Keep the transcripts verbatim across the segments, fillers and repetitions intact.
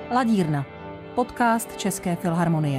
Ladírna, podcast České filharmonie.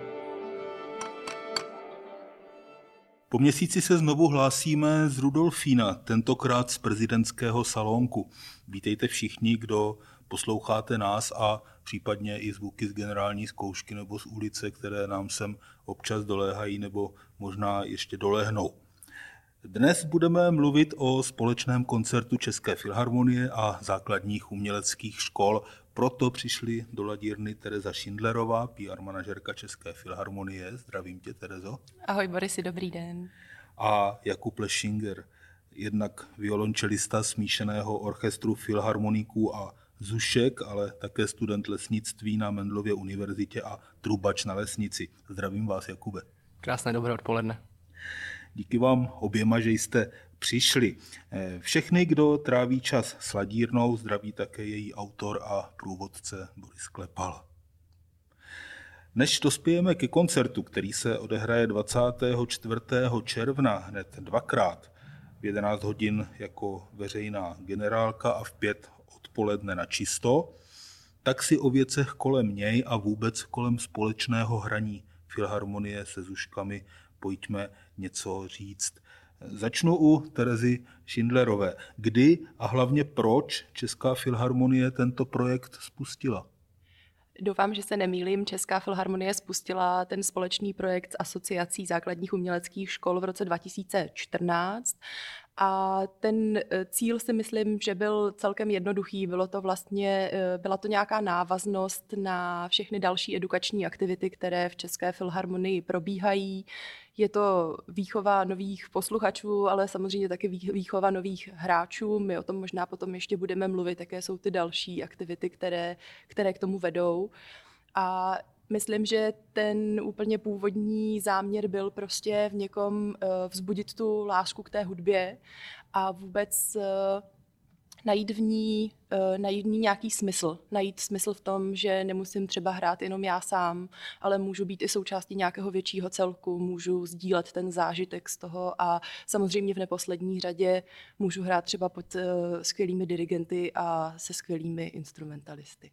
Po měsíci se znovu hlásíme z Rudolfína, tentokrát z prezidentského salonku. Vítejte všichni, kdo posloucháte nás a případně i zvuky z generální zkoušky nebo z ulice, které nám sem občas doléhají nebo možná ještě dolehnou. Dnes budeme mluvit o společném koncertu České filharmonie a základních uměleckých škol. Proto přišli do ladírny Tereza Schindlerová, P R manažerka České filharmonie. Zdravím tě, Terezo. Ahoj, Borisy, dobrý den. A Jakub Leschinger, jednak violončelista smíšeného orchestru filharmoniků a zušek, ale také student lesnictví na Mendelově univerzitě a trubač na lesnici. Zdravím vás, Jakube. Krásné dobré odpoledne. Díky vám oběma, že jste přišli. Všechny, kdo tráví čas s ladírnou, zdraví také její autor a průvodce Boris Klepal. Než dospějeme ke koncertu, který se odehraje dvacátého čtvrtého června hned dvakrát, v jedenáct hodin jako veřejná generálka a v pět odpoledne na čisto, tak si o věcech kolem něj a vůbec kolem společného hraní filharmonie se zuškami pojďme něco říct. Začnu u Terezy Schindlerové. Kdy a hlavně proč Česká filharmonie tento projekt spustila? Doufám, že se nemýlím. Česká filharmonie spustila ten společný projekt s Asociací základních uměleckých škol v roce dva tisíce čtrnáct. A ten cíl si myslím, že byl celkem jednoduchý. Bylo to vlastně, byla to nějaká návaznost na všechny další edukační aktivity, které v České filharmonii probíhají. Je to výchova nových posluchačů, ale samozřejmě taky výchova nových hráčů. My o tom možná potom ještě budeme mluvit, jaké jsou ty další aktivity, které, které k tomu vedou. A myslím, že ten úplně původní záměr byl prostě v někom vzbudit tu lásku k té hudbě a vůbec najít v ní, najít v ní nějaký smysl. Najít smysl v tom, že nemusím třeba hrát jenom já sám, ale můžu být i součástí nějakého většího celku, můžu sdílet ten zážitek z toho a samozřejmě v neposlední řadě můžu hrát třeba pod skvělými dirigenty a se skvělými instrumentalisty.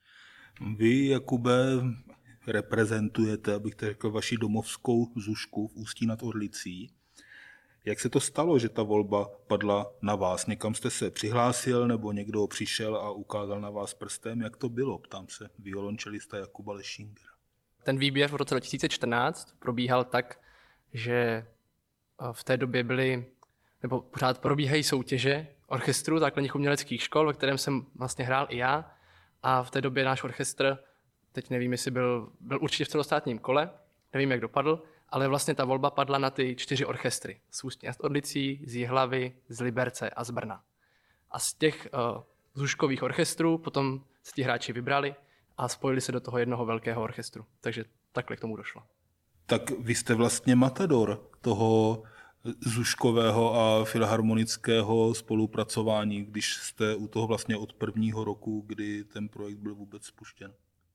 Vy, Jakube, reprezentujete, abych to řekl, vaši domovskou zušku v Ústí nad Orlicí. Jak se to stalo, že ta volba padla na vás? Někam jste se přihlásil nebo někdo přišel a ukázal na vás prstem? Jak to bylo? Ptám se violončelista Jakuba Leschingera. Ten výběr v roce dva tisíce čtrnáct probíhal tak, že v té době byly, nebo pořád probíhají soutěže orchestru základních uměleckých škol, ve kterém jsem vlastně hrál i já. A v té době náš orchestr, teď nevím, jestli byl, byl určitě v celostátním kole, nevím, jak dopadl, ale vlastně ta volba padla na ty čtyři orchestry. Z Ústí nad Orlicí, z Jihlavy, z Liberce a z Brna. A z těch uh, zuškových orchestrů potom se ti hráči vybrali a spojili se do toho jednoho velkého orchestru. Takže takhle k tomu došlo. Tak vy jste vlastně matador toho zuškového a filharmonického spolupracování, když jste u toho vlastně od prvního roku, kdy ten projekt byl vůbec spuštěn.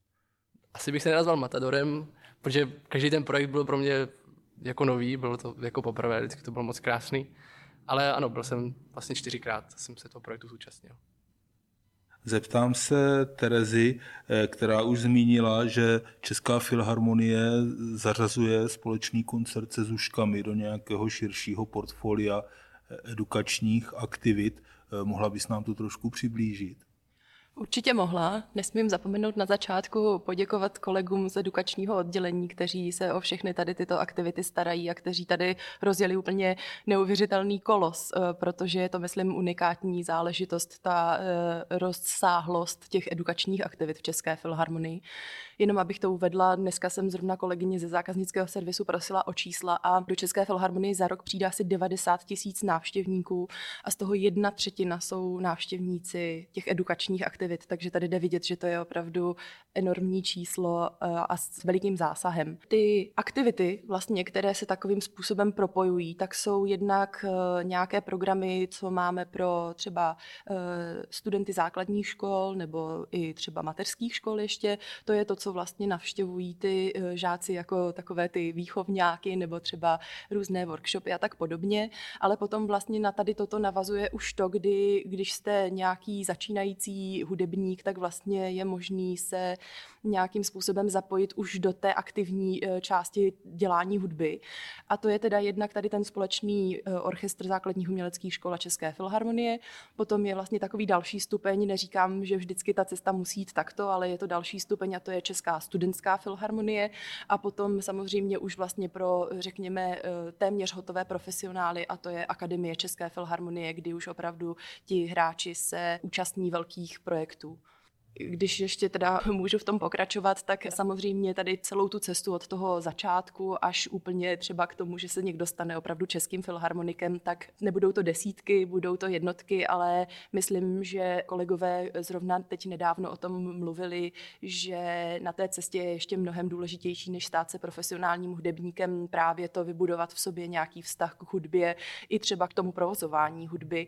Asi bych se nenazval matadorem, protože každý ten projekt byl pro mě jako nový, bylo to jako poprvé, vždycky to bylo moc krásný. Ale ano, byl jsem vlastně čtyřikrát, jsem se toho projektu zúčastnil. Zeptám se Terezy, která už zmínila, že Česká filharmonie zařazuje společný koncert se zuškami do nějakého širšího portfolia edukačních aktivit. Mohla bys nám to trošku přiblížit? Určitě mohla. Nesmím zapomenout na začátku poděkovat kolegům z edukačního oddělení, kteří se o všechny tady tyto aktivity starají a kteří tady rozjeli úplně neuvěřitelný kolos, protože je to, myslím, unikátní záležitost, ta rozsáhlost těch edukačních aktivit v České filharmonii. Jenom abych to uvedla, dneska jsem zrovna kolegyni ze zákaznického servisu prosila o čísla a do České filharmonie za rok přijde asi devadesát tisíc návštěvníků a z toho jedna třetina jsou návštěvníci těch edukačních aktivit, takže tady jde vidět, že to je opravdu enormní číslo a s velikým zásahem. Ty aktivity, vlastně, které se takovým způsobem propojují, tak jsou jednak nějaké programy, co máme pro třeba studenty základních škol nebo i třeba mateřských škol ještě. To je to, co vlastně navštěvují ty žáci jako takové ty výchovňáky nebo třeba různé workshopy a tak podobně, ale potom vlastně na tady toto navazuje už to, kdy, když jste nějaký začínající hudebník, hudebník, tak vlastně je možný se nějakým způsobem zapojit už do té aktivní části dělání hudby. A to je teda jednak tady ten společný orchestr základních uměleckých škol a České filharmonie. Potom je vlastně takový další stupeň, neříkám, že vždycky ta cesta musí jít takto, ale je to další stupeň a to je Česká studentská filharmonie. A potom samozřejmě už vlastně pro, řekněme, téměř hotové profesionály a to je Akademie České filharmonie, kdy už opravdu ti hráči se účastní velkých projektů. Když ještě teda můžu v tom pokračovat, tak samozřejmě tady celou tu cestu od toho začátku až úplně třeba k tomu, že se někdo stane opravdu českým filharmonikem, tak nebudou to desítky, budou to jednotky, ale myslím, že kolegové zrovna teď nedávno o tom mluvili, že na té cestě je ještě mnohem důležitější, než stát se profesionálním hudebníkem, právě to vybudovat v sobě nějaký vztah k hudbě i třeba k tomu provozování hudby.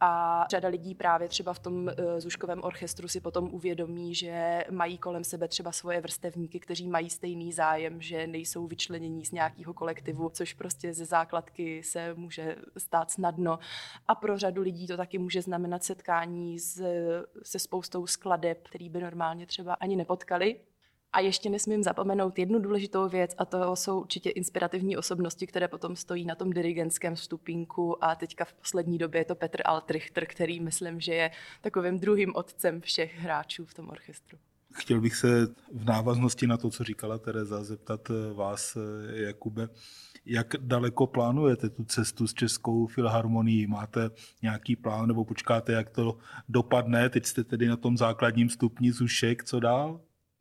A řada lidí právě třeba v tom Zuškovém orchestru si potom uvědomí, že mají kolem sebe třeba svoje vrstevníky, kteří mají stejný zájem, že nejsou vyčlenění z nějakého kolektivu, což prostě ze základky se může stát snadno. A pro řadu lidí to taky může znamenat setkání s, se spoustou skladeb, který by normálně třeba ani nepotkali. A ještě nesmím zapomenout jednu důležitou věc a to jsou určitě inspirativní osobnosti, které potom stojí na tom dirigentském stupínku a teďka v poslední době je to Petr Altrichter, který myslím, že je takovým druhým otcem všech hráčů v tom orchestru. Chtěl bych se v návaznosti na to, co říkala Tereza, zeptat vás, Jakube, jak daleko plánujete tu cestu s Českou filharmonií? Máte nějaký plán nebo počkáte, jak to dopadne? Teď jste tedy na tom základním stupni Zušek, co dál?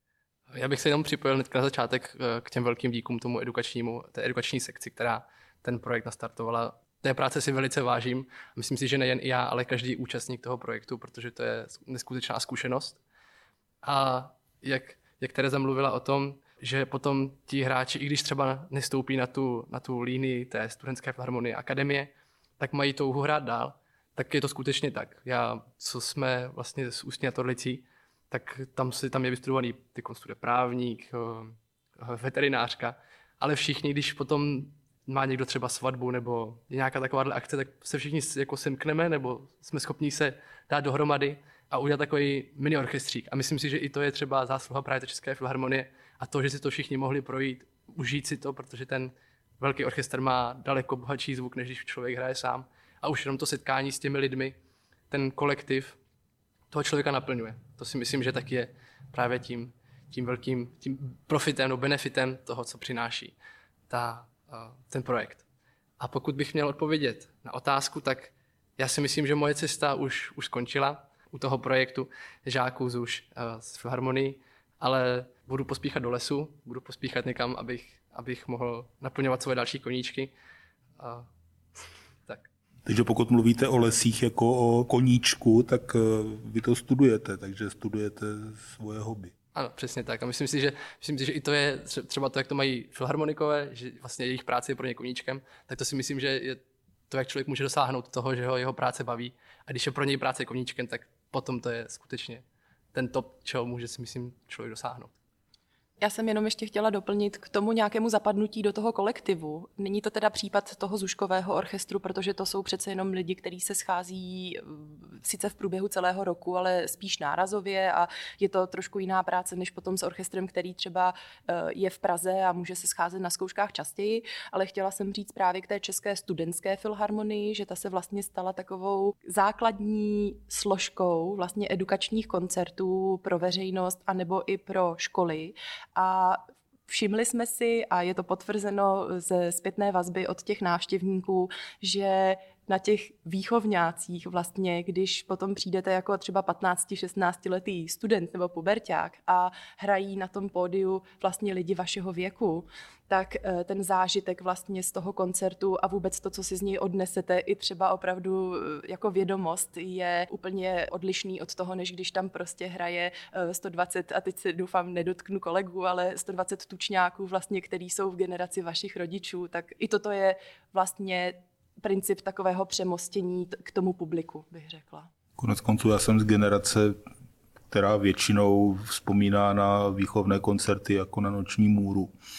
Já bych se jenom připojil hnedka na začátek k těm velkým díkům tomu edukačnímu, té edukační sekci, která ten projekt nastartovala. Té práce si velice vážím. Myslím si, že nejen já, ale každý účastník toho projektu, protože to je neskutečná zkušenost. A jak, jak Tereza mluvila o tom, že potom ti hráči, i když třeba nestoupí na tu, na tu línii té studentské filharmonie akademie, tak mají touhu hrát dál. Tak je to skutečně tak. Já, co jsme vlastně s Ústí nad Orlicí, tak tam, si, tam je vystudovaný ty studuje právník, veterinářka, ale všichni, když potom má někdo třeba svatbu nebo je nějaká takováhle akce, tak se všichni jako semkneme nebo jsme schopni se dát dohromady a udělat takový mini orchestřík. A myslím si, že i to je třeba zásluha právě té České filharmonie a to, že si to všichni mohli projít, užít si to, protože ten velký orchestr má daleko bohatší zvuk, než když člověk hraje sám. A už jenom to setkání s těmi lidmi, ten kolektiv, toho člověka naplňuje. To si myslím, že taky je právě tím, tím velkým tím profitem nebo benefitem toho, co přináší ta, ten projekt. A pokud bych měl odpovědět na otázku, tak já si myslím, že moje cesta už, už skončila u toho projektu žáků ZUŠ z filharmonii, ale budu pospíchat do lesu, budu pospíchat někam, abych, abych mohl naplňovat svoje další koníčky. A, tak. Takže pokud mluvíte o lesích jako o koníčku, tak vy to studujete, takže studujete svoje hobby. Ano, přesně tak. A myslím si, že, myslím si, že i to je třeba to, jak to mají filharmonikové, že vlastně jejich práce je pro ně koníčkem, tak to si myslím, že je to, jak člověk může dosáhnout toho, že ho jeho práce baví. A když je pro něj práce koníčkem, tak potom to je skutečně ten top, čeho může si myslím člověk dosáhnout. Já jsem jenom ještě chtěla doplnit k tomu nějakému zapadnutí do toho kolektivu. Není to teda případ toho Zuškového orchestru, protože to jsou přece jenom lidi, kteří se schází sice v průběhu celého roku, ale spíš nárazově a je to trošku jiná práce než potom s orchestrem, který třeba je v Praze a může se scházet na zkouškách častěji, ale chtěla jsem říct právě k té České studentské filharmonii, že ta se vlastně stala takovou základní složkou vlastně edukačních koncertů pro veřejnost anebo i pro školy. A všimli jsme si, a je to potvrzeno ze zpětné vazby od těch návštěvníků, že na těch výchovňácích vlastně, když potom přijdete jako třeba patnácti šestnáctiletý student nebo puberťák a hrají na tom pódiu vlastně lidi vašeho věku, tak ten zážitek vlastně z toho koncertu a vůbec to, co si z něj odnesete, i třeba opravdu jako vědomost, je úplně odlišný od toho, než když tam prostě hraje sto dvacet, a teď se doufám nedotknu kolegů, ale sto dvacet tučňáků vlastně, který jsou v generaci vašich rodičů, tak i toto je vlastně princip takového přemostění k tomu publiku, bych řekla. Konec konců já jsem z generace, která většinou vzpomíná na výchovné koncerty jako na noční můru.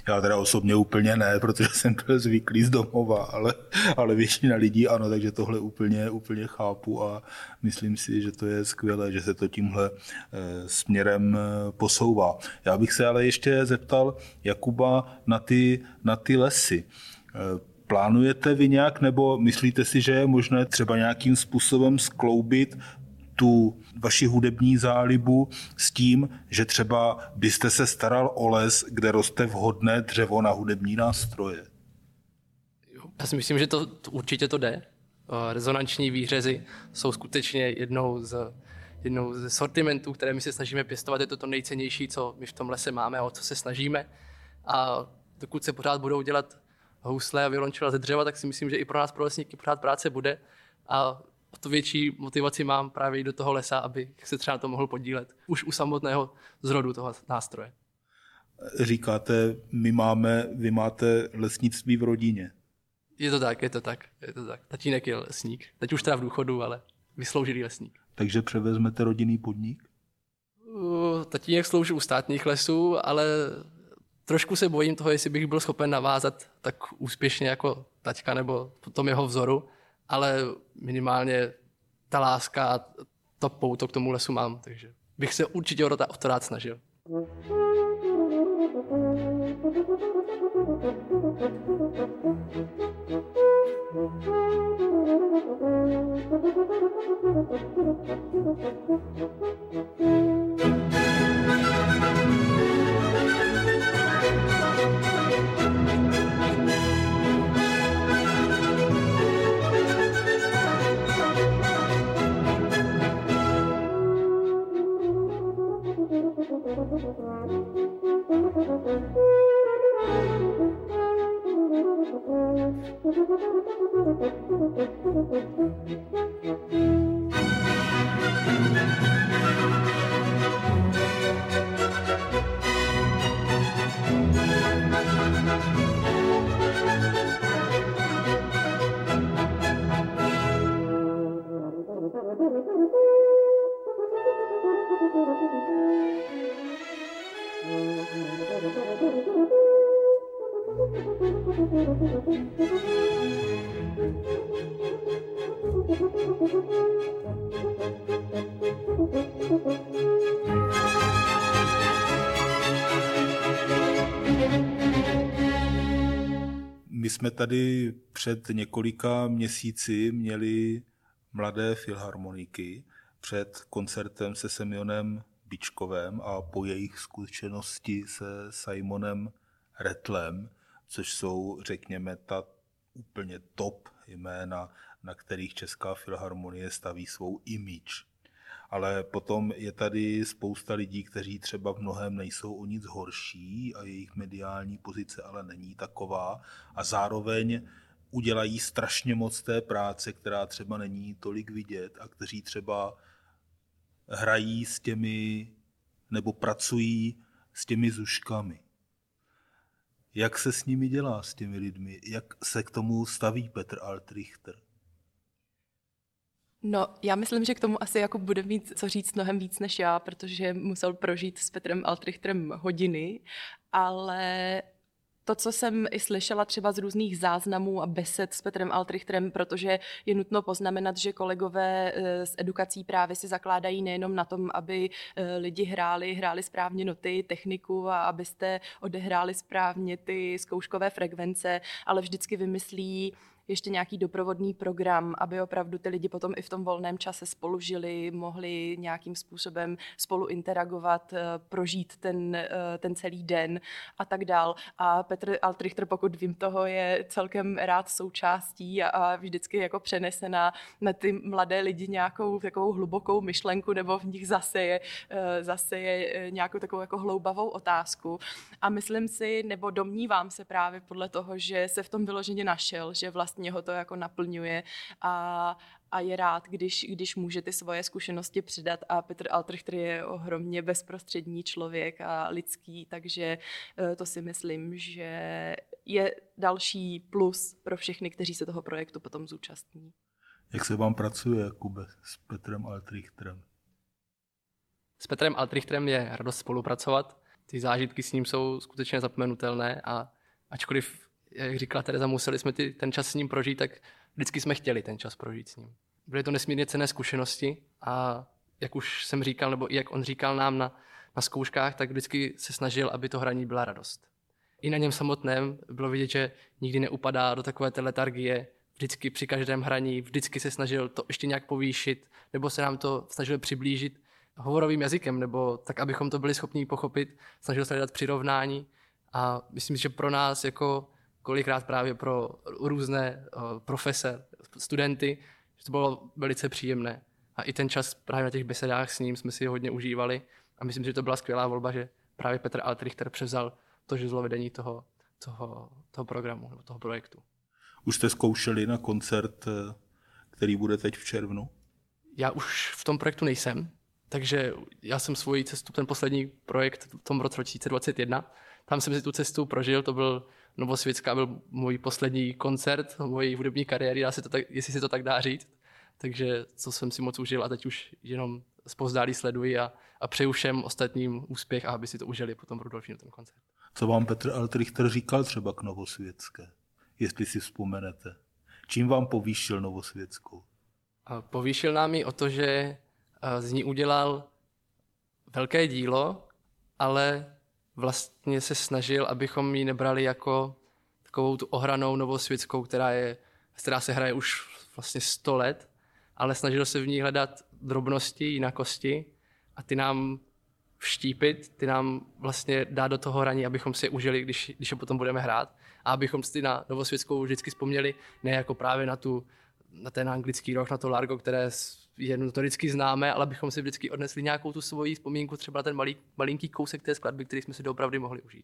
Já teda osobně úplně ne, protože jsem byl zvyklý z domova, ale, ale většina lidí ano, takže tohle úplně, úplně chápu a myslím si, že to je skvělé, že se to tímhle směrem posouvá. Já bych se ale ještě zeptal Jakuba na ty, na ty lesy. Plánujete vy nějak, nebo myslíte si, že je možné třeba nějakým způsobem skloubit tu vaši hudební zálibu s tím, že třeba byste se staral o les, kde roste vhodné dřevo na hudební nástroje? Já si myslím, že to, to určitě to jde. Rezonanční výřezy jsou skutečně jednou z, jednou ze sortimentů, které my se snažíme pěstovat. Je to to nejcennější, co my v tom lese máme a o co se snažíme. A dokud se pořád budou dělat housle a violončela ze dřeva, tak si myslím, že i pro nás, pro lesníky, pořád práce bude. A o to větší motivaci mám právě jít do toho lesa, aby se třeba na to mohl podílet. Už u samotného zrodu toho nástroje. Říkáte, my máme, vy máte lesnictví v rodině. Je to tak, je to tak, je to tak. Tatínek je lesník. Teď už teda v důchodu, ale vysloužilý lesník. Takže převezmete rodinný podnik? Uh, tatínek slouží u státních lesů, ale trošku se bojím toho, jestli bych byl schopen navázat tak úspěšně jako taťka nebo po tom jeho vzoru, ale minimálně ta láska a to pouto k tomu lesu mám, takže bych se určitě o to rád snažil. My jsme tady před několika měsíci měli mladé filharmoniky před koncertem se Semionem Bičkovem a po jejich zkušenosti se Simonem Rattlem, což jsou, řekněme, ta úplně top jména, na kterých Česká filharmonie staví svou image. Ale potom je tady spousta lidí, kteří třeba v mnohém nejsou o nic horší a jejich mediální pozice ale není taková a zároveň udělají strašně moc té práce, která třeba není tolik vidět a kteří třeba hrají s těmi nebo pracují s těmi zuškami. Jak se s nimi dělá, s těmi lidmi? Jak se k tomu staví Petr Altrichter? No, já myslím, že k tomu asi jako bude mít co říct mnohem víc než já, protože musel prožít s Petrem Altrichterem hodiny, ale to, co jsem i slyšela třeba z různých záznamů a besed s Petrem Altrichterem, protože je nutno poznamenat, že kolegové s edukací právě si zakládají nejenom na tom, aby lidi hráli, hráli správně noty, techniku a abyste odehráli správně ty zkouškové frekvence, ale vždycky vymyslí ještě nějaký doprovodný program, aby opravdu ty lidi potom i v tom volném čase spolu žili, mohli nějakým způsobem spolu interagovat, prožít ten, ten celý den a tak dál. A Petr Altrichter, pokud vím, toho je celkem rád součástí a, a vždycky jako přenese na, na ty mladé lidi nějakou takovou hlubokou myšlenku nebo v nich zase je, zase je nějakou takovou jako hloubavou otázku. A myslím si, nebo domnívám se právě podle toho, že se v tom vyloženě našel, že vlastně ho to jako naplňuje a, a je rád, když, když může ty svoje zkušenosti přidat a Petr Altrichter je ohromně bezprostřední člověk a lidský, takže to si myslím, že je další plus pro všechny, kteří se toho projektu potom zúčastní. Jak se vám pracuje, Jakube, s Petrem Altrichterem? S Petrem Altrichterem je radost spolupracovat. ty zážitky s ním jsou skutečně zapomenutelné a ačkoliv, jak říkala Tereza, museli jsme ty, ten čas s ním prožít, tak vždycky jsme chtěli ten čas prožít s ním. Byly to nesmírně cenné zkušenosti a jak už jsem říkal, nebo i jak on říkal nám na, na zkouškách, tak vždycky se snažil, aby to hraní byla radost. I na něm samotném bylo vidět, že nikdy neupadá do takové té letargie, vždycky při každém hraní, vždycky se snažil to ještě nějak povýšit, nebo se nám to snažil přiblížit hovorovým jazykem, nebo tak, abychom to byli schopni pochopit, snažil se hledat přirovnání a myslím, že pro nás, jako kolikrát právě pro různé uh, profese, studenty, že to bylo velice příjemné. A i ten čas právě na těch besedách s ním jsme si hodně užívali a myslím, že to byla skvělá volba, že právě Petr Altrichter převzal to žezlo vedení toho, toho, toho programu nebo toho projektu. Už jste zkoušeli na koncert, který bude teď v červnu? Já už v tom projektu nejsem, takže já jsem svoji cestu, ten poslední projekt v tom roce dva tisíce dvacet jedna, tam jsem si tu cestu prožil, to byl Novosvětská, byl můj poslední koncert mojí hudební kariéry, dá se to tak, jestli se to tak dá říct. Takže co jsem si moc užil a teď už jenom zpozdálí sleduji a, a přeju všem ostatním úspěch a aby si to užili potom Rudolfínu ten koncert. Co vám Petr Altrichter říkal třeba k Novosvětské, jestli si vzpomenete? Čím vám povýšil Novosvětskou? A povýšil nám ji o to, že z ní udělal velké dílo, ale vlastně se snažil, abychom ji nebrali jako takovou tu ohranou Novosvětskou, která, je, která se hraje už vlastně sto let, ale snažil se v ní hledat drobnosti, jinakosti a ty nám vštípit, ty nám vlastně dát do toho hraní, abychom si je užili, když, když je potom budeme hrát a abychom si na Novosvětskou vždycky vzpomněli ne jako právě na, tu, na ten anglický rock, na to largo, které je notoricky známe, ale abychom si vždycky odnesli nějakou tu svoji vzpomínku, třeba ten malý, malinký kousek té skladby, který jsme si doopravdy mohli užít.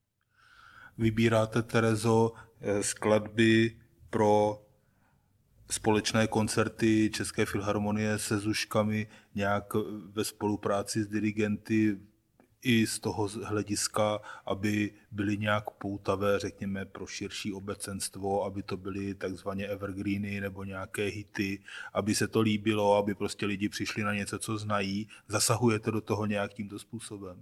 Vybíráte, Terezo, skladby pro společné koncerty České filharmonie se Zuškami nějak ve spolupráci s dirigenty i z toho hlediska, aby byly nějak poutavé, řekněme, pro širší obecenstvo, aby to byly takzvané evergreeny nebo nějaké hity, aby se to líbilo, aby prostě lidi přišli na něco, co znají. Zasahujete do toho nějak tímto způsobem?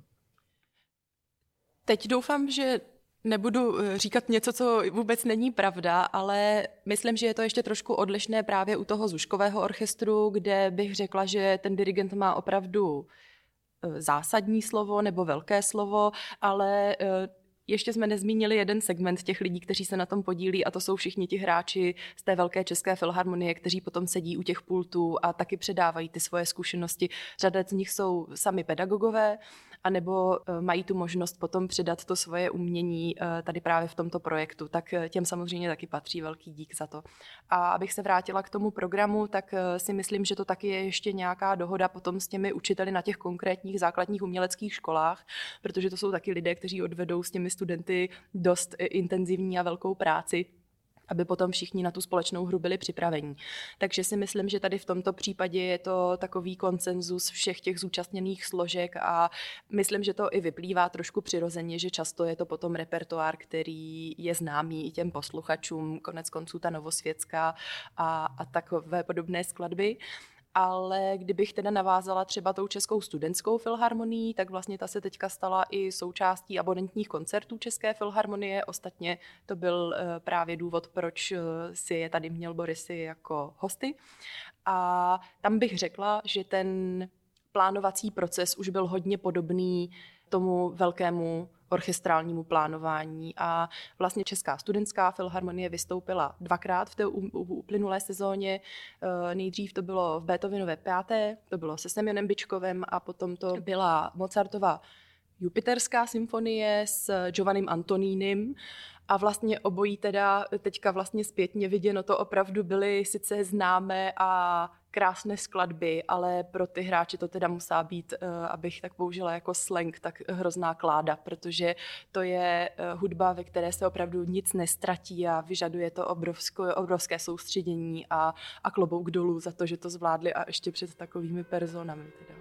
Teď doufám, že nebudu říkat něco, co vůbec není pravda, ale myslím, že je to ještě trošku odlišné právě u toho Zuškového orchestru, kde bych řekla, že ten dirigent má opravdu zásadní slovo nebo velké slovo, ale ještě jsme nezmínili jeden segment těch lidí, kteří se na tom podílí, a to jsou všichni ti hráči z té velké České filharmonie, kteří potom sedí u těch pultů a taky předávají ty svoje zkušenosti. Řada z nich jsou sami pedagogové, anebo mají tu možnost potom předat to svoje umění tady právě v tomto projektu. Tak těm samozřejmě taky patří velký dík za to. A abych se vrátila k tomu programu, tak si myslím, že to taky je ještě nějaká dohoda potom s těmi učiteli na těch konkrétních základních uměleckých školách, protože to jsou taky lidé, kteří odvedou s těmi studenty dost intenzivní a velkou práci, aby potom všichni na tu společnou hru byli připraveni. Takže si myslím, že tady v tomto případě je to takový konsenzus všech těch zúčastněných složek a myslím, že to i vyplývá trošku přirozeně, že často je to potom repertoár, který je známý i těm posluchačům, konec konců ta Novosvětská a, a takové podobné skladby. Ale kdybych teda navázala třeba tou Českou studentskou filharmonií, tak vlastně ta se teďka stala i součástí abonentních koncertů České filharmonie. Ostatně to byl právě důvod, proč si je tady měl Borisy jako hosty. A tam bych řekla, že ten plánovací proces už byl hodně podobný tomu velkému orchestrálnímu plánování a vlastně Česká studentská filharmonie vystoupila dvakrát v té uplynulé sezóně. Nejdřív to bylo v Beethovenově páté, to bylo se Semjonem Byčkovem a potom to byla Mozartova Jupiterská symfonie s Giovannim Antonínem. A vlastně obojí teda teďka vlastně zpětně viděno, to opravdu byly sice známé a krásné skladby, ale pro ty hráče to teda musí být, abych tak použila jako slang, tak hrozná kláda, protože to je hudba, ve které se opravdu nic nestratí a vyžaduje to obrovské, obrovské soustředění a, a klobouk dolů za to, že to zvládli a ještě před takovými personami teda.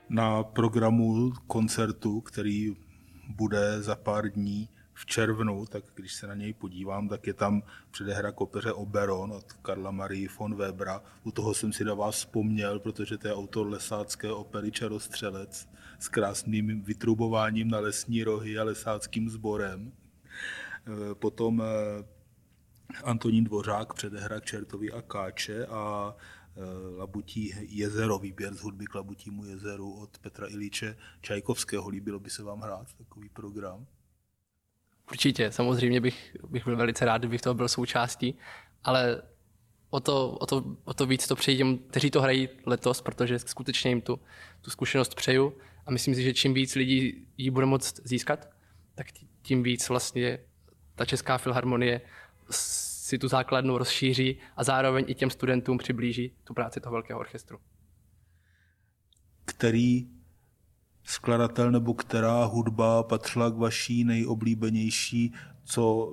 Na programu koncertu, který bude za pár dní v červnu, tak když se na něj podívám, tak je tam předehra k opeře Oberon od Karla Marie von Webera. U toho jsem si na vás vzpomněl, protože to je autor lesácké opery Čarostřelec s krásným vytrubováním na lesní rohy a lesáckým sborem. Potom Antonín Dvořák, předehra k Čertovi a Káče a Labutí jezero, výběr z hudby k Labutímu jezeru od Petra Iljiče Čajkovského. Líbilo by se vám hrát takový program? Určitě, samozřejmě bych, bych byl velice rád, kdybych toho byl součástí, ale o to, o to, o to víc to přeji těm, kteří to hrají letos, protože skutečně jim tu, tu zkušenost přeju a myslím si, že čím víc lidí ji bude moct získat, tak tím víc vlastně ta Česká filharmonie si tu základnu rozšíří a zároveň i těm studentům přiblíží tu práci toho velkého orchestru. Který skladatel nebo která hudba patřila k vaší nejoblíbenější, co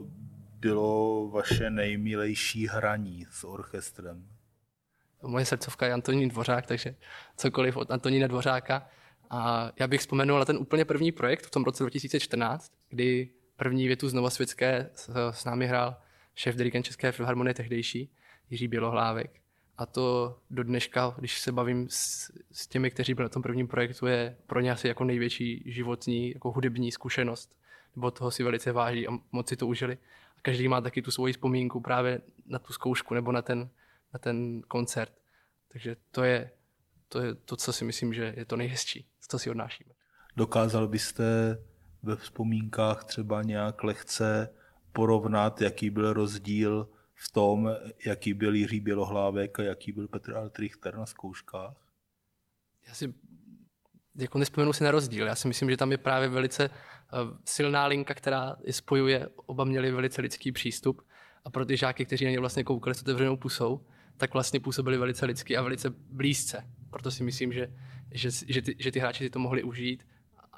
bylo vaše nejmilejší hraní s orchestrem? Moje srdcovka je Antonín Dvořák, takže cokoliv od Antonína Dvořáka. A já bych vzpomenul na ten úplně první projekt v tom roce dva tisíce čtrnáct, kdy první větu z Novosvětské s námi hrál šéf dirigent České filharmonie tehdejší, Jiří Bělohlávek. A to do dneška, když se bavím s, s těmi, kteří byli na tom prvním projektu, je pro ně asi jako největší životní, jako hudební zkušenost. Nebo toho si velice váží a moc si to užili. A každý má taky tu svoji vzpomínku právě na tu zkoušku nebo na ten, na ten koncert. Takže to je, to je to, co si myslím, že je to nejhezčí, co si odnášíme. Dokázal byste ve vzpomínkách třeba nějak lehce porovnat, jaký byl rozdíl v tom, jaký byl Jiří Bělohlávek a jaký byl Petr Altrichter na zkouškách? Já si jako nespomenu si na rozdíl. Já si myslím, že tam je právě velice uh, silná linka, která je spojuje. Oba měli velice lidský přístup a pro ty žáky, kteří na ně vlastně koukali s otevřenou pusou, tak vlastně působili velice lidsky a velice blízce. Proto si myslím, že, že, že, ty, že ty hráči si to mohli užít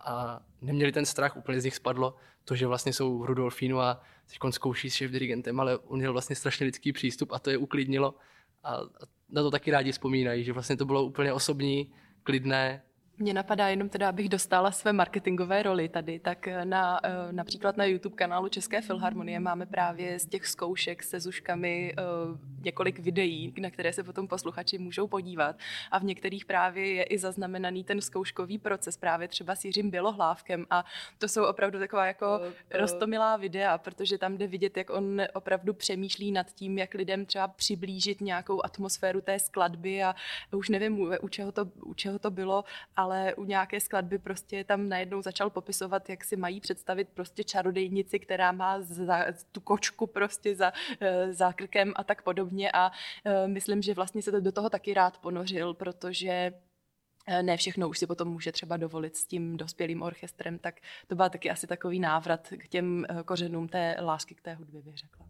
a neměli ten strach, úplně z nich spadlo to, že vlastně jsou v Rudolfínu a teď zkouší s šéf-dirigentem, ale on měl vlastně strašně lidský přístup a to je uklidnilo a na to taky rádi vzpomínají, že vlastně to bylo úplně osobní, klidné. Mně napadá jenom teda, abych dostala své marketingové roli tady, tak na, například na YouTube kanálu České filharmonie máme právě z těch zkoušek se Zuškami několik videí, na které se potom posluchači můžou podívat. A v některých právě je i zaznamenaný ten zkouškový proces, právě třeba s Jiřím Bělohlávkem. A to jsou opravdu taková jako roztomilá videa, protože tam jde vidět, jak on opravdu přemýšlí nad tím, jak lidem třeba přiblížit nějakou atmosféru té skladby a už nevím, u čeho to, u čeho to bylo, ale ale u nějaké skladby prostě tam najednou začal popisovat, jak si mají představit prostě čarodejnici, která má za, tu kočku prostě za, za krkem a tak podobně a myslím, že vlastně se do toho taky rád ponořil, protože ne všechno už si potom může třeba dovolit s tím dospělým orchestrem, tak to byl taky asi takový návrat k těm kořenům té lásky k té hudbě, bych řekla.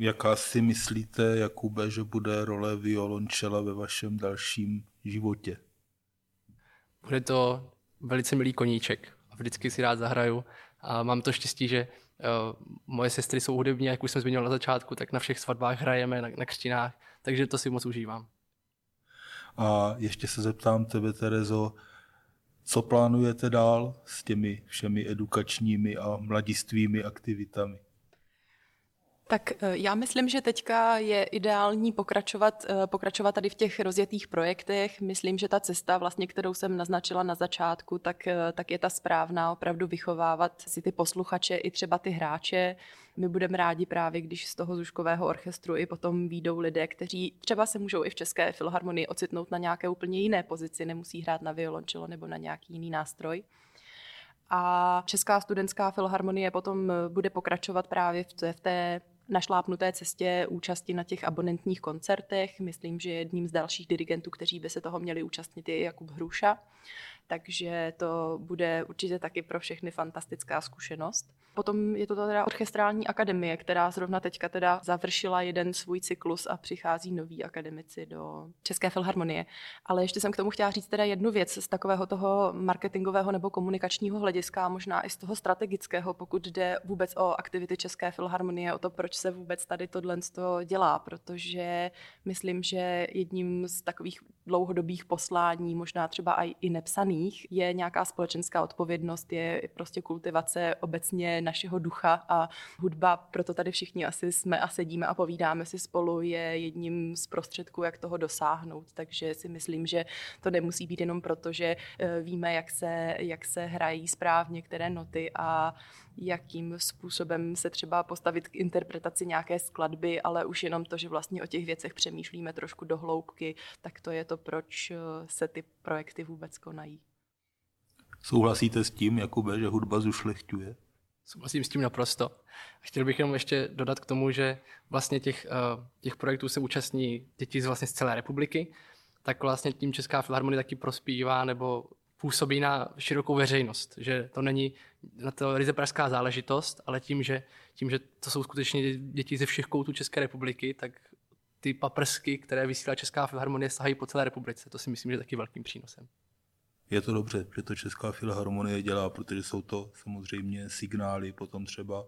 Jaká si myslíte, Jakube, že bude role violončela ve vašem dalším životě? Bude to velice milý koníček a vždycky si rád zahraju a mám to štěstí, že uh, moje sestry jsou hudební, jak už jsem zmínil na začátku, tak na všech svatbách hrajeme, na, na křtinách, takže to si moc užívám. A ještě se zeptám tebe, Terezo, co plánujete dál s těmi všemi edukačními a mladistvými aktivitami? Tak já myslím, že teďka je ideální pokračovat, pokračovat tady v těch rozjetých projektech. Myslím, že ta cesta, vlastně, kterou jsem naznačila na začátku, tak, tak je ta správná, opravdu vychovávat si ty posluchače i třeba ty hráče. My budeme rádi právě, když z toho Zuškového orchestru i potom výjdou lidé, kteří třeba se můžou i v České filharmonii ocitnout na nějaké úplně jiné pozici, nemusí hrát na violončelo nebo na nějaký jiný nástroj. A Česká studentská filharmonie potom bude pokračovat právě v té, v té našlápnuté cestě účasti na těch abonentních koncertech. Myslím, že jedním z dalších dirigentů, kteří by se toho měli účastnit, je Jakub Hruša. Takže to bude určitě taky pro všechny fantastická zkušenost. Potom je to teda orchestrální akademie, která zrovna teďka teda završila jeden svůj cyklus a přichází noví akademici do České filharmonie. Ale ještě jsem k tomu chtěla říct teda jednu věc z takového toho marketingového nebo komunikačního hlediska, možná i z toho strategického, pokud jde vůbec o aktivity České filharmonie, o to, proč se vůbec tady tohle dělá, protože myslím, že jedním z takových dlouhodobých poslání, možná třeba i nepsaných, je nějaká společenská odpovědnost, je prostě kultivace obecně našeho ducha a hudba, proto tady všichni asi jsme a sedíme a povídáme si spolu, je jedním z prostředků, jak toho dosáhnout. Takže si myslím, že to nemusí být jenom proto, že víme, jak se, jak se hrají správně které noty a jakým způsobem se třeba postavit k interpretaci nějaké skladby, ale už jenom to, že vlastně o těch věcech přemýšlíme trošku do hloubky, tak to je to, proč se ty projekty vůbec konají. Souhlasíte s tím, Jakube, že hudba zušlechťuje? Souhlasím s tím naprosto. Chtěl bych jenom ještě dodat k tomu, že vlastně těch, těch projektů se účastní děti z, vlastně z celé republiky, tak vlastně tím Česká filharmonie taky prospívá nebo působí na širokou veřejnost, že to není na to ryze pražská záležitost, ale tím že, tím, že to jsou skutečně děti ze všech koutů České republiky, tak ty paprsky, které vysílá Česká filharmonie, sahají po celé republice. To si myslím, že je taky velkým přínosem. Je to dobře, že to Česká filharmonie dělá, protože jsou to samozřejmě signály potom třeba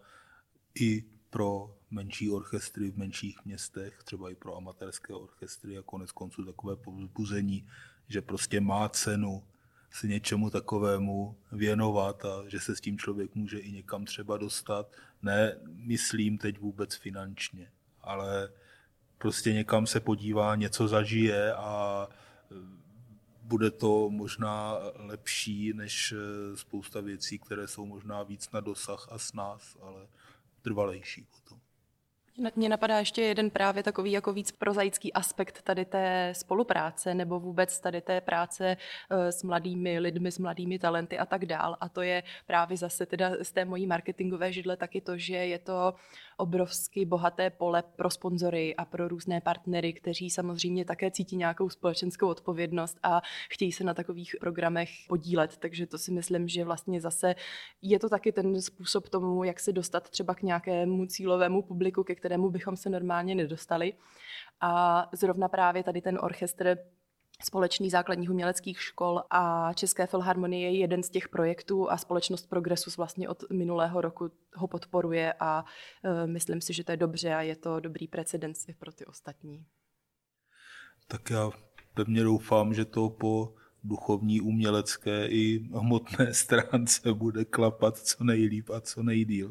i pro menší orchestry v menších městech, třeba i pro amatérské orchestry a konec konců takové povzbuzení, že prostě má cenu se něčemu takovému věnovat a že se s tím člověk může i někam třeba dostat. Ne, myslím teď vůbec finančně, ale prostě někam se podívá, něco zažije a bude to možná lepší než spousta věcí, které jsou možná víc na dosah a snáz, ale trvalejší potom. Mně napadá ještě jeden právě takový jako víc prozaický aspekt tady té spolupráce nebo vůbec tady té práce s mladými lidmi, s mladými talenty a tak dál. A to je právě zase teda z té mojí marketingové židle taky to, že je to obrovsky bohaté pole pro sponzory a pro různé partnery, kteří samozřejmě také cítí nějakou společenskou odpovědnost a chtějí se na takových programech podílet. Takže to si myslím, že vlastně zase je to taky ten způsob tomu, jak se dostat třeba k nějakému cílovému publiku, ke kterému bychom se normálně nedostali. A zrovna právě tady ten orchestr Společných základních uměleckých škol a České filharmonie je jeden z těch projektů a společnost Progresus vlastně od minulého roku ho podporuje a uh, myslím si, že to je dobře a je to dobrý precedens i pro ty ostatní. Tak já pevně doufám, že to po duchovní, umělecké i hmotné stránce bude klapat co nejlíp a co nejdýl.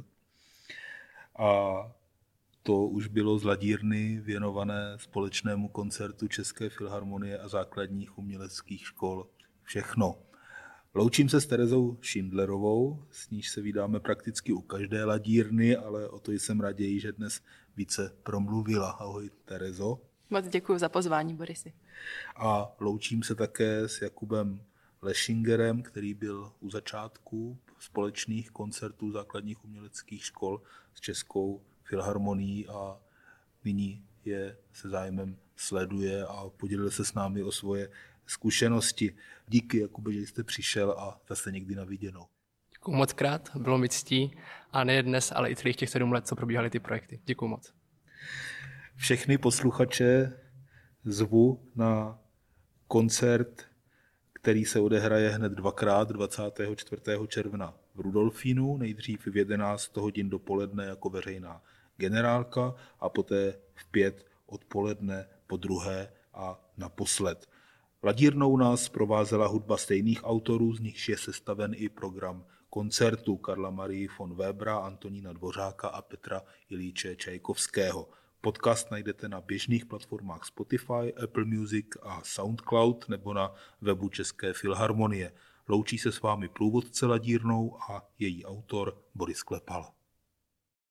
A to už bylo z ladírny věnované společnému koncertu České filharmonie a základních uměleckých škol. Všechno. Loučím se s Terezou Šindlerovou, s níž se vídáme prakticky u každé ladírny, ale o to jsem raději, že dnes více promluvila. Ahoj, Terezo. Moc děkuji za pozvání, Borisy. A loučím se také s Jakubem Lešingerem, který byl u začátku společných koncertů základních uměleckých škol s Českou filharmonií a nyní je se zájmem sleduje a podělil se s námi o svoje zkušenosti. Díky, Jakube, že jste přišel a zase někdy na viděnou. Děkuji moc krát, bylo mi ctí a ne dnes, ale i celých těch sedm let, co probíhaly ty projekty. Děkuji moc. Všechny posluchače zvu na koncert, který se odehraje hned dvakrát dvacátého čtvrtého června v Rudolfínu, nejdřív v jedenáct hodin dopoledne jako veřejná generálka a poté v pět odpoledne po druhé a naposled. Ladírnou nás provázela hudba stejných autorů, z nichž je sestaven i program koncertu Karla Marii von Webera, Antonína Dvořáka a Petra Ilíče Čajkovského. Podcast najdete na běžných platformách Spotify, Apple Music a SoundCloud nebo na webu České filharmonie. Loučí se s vámi průvodce Ladírnou a její autor Boris Klepal.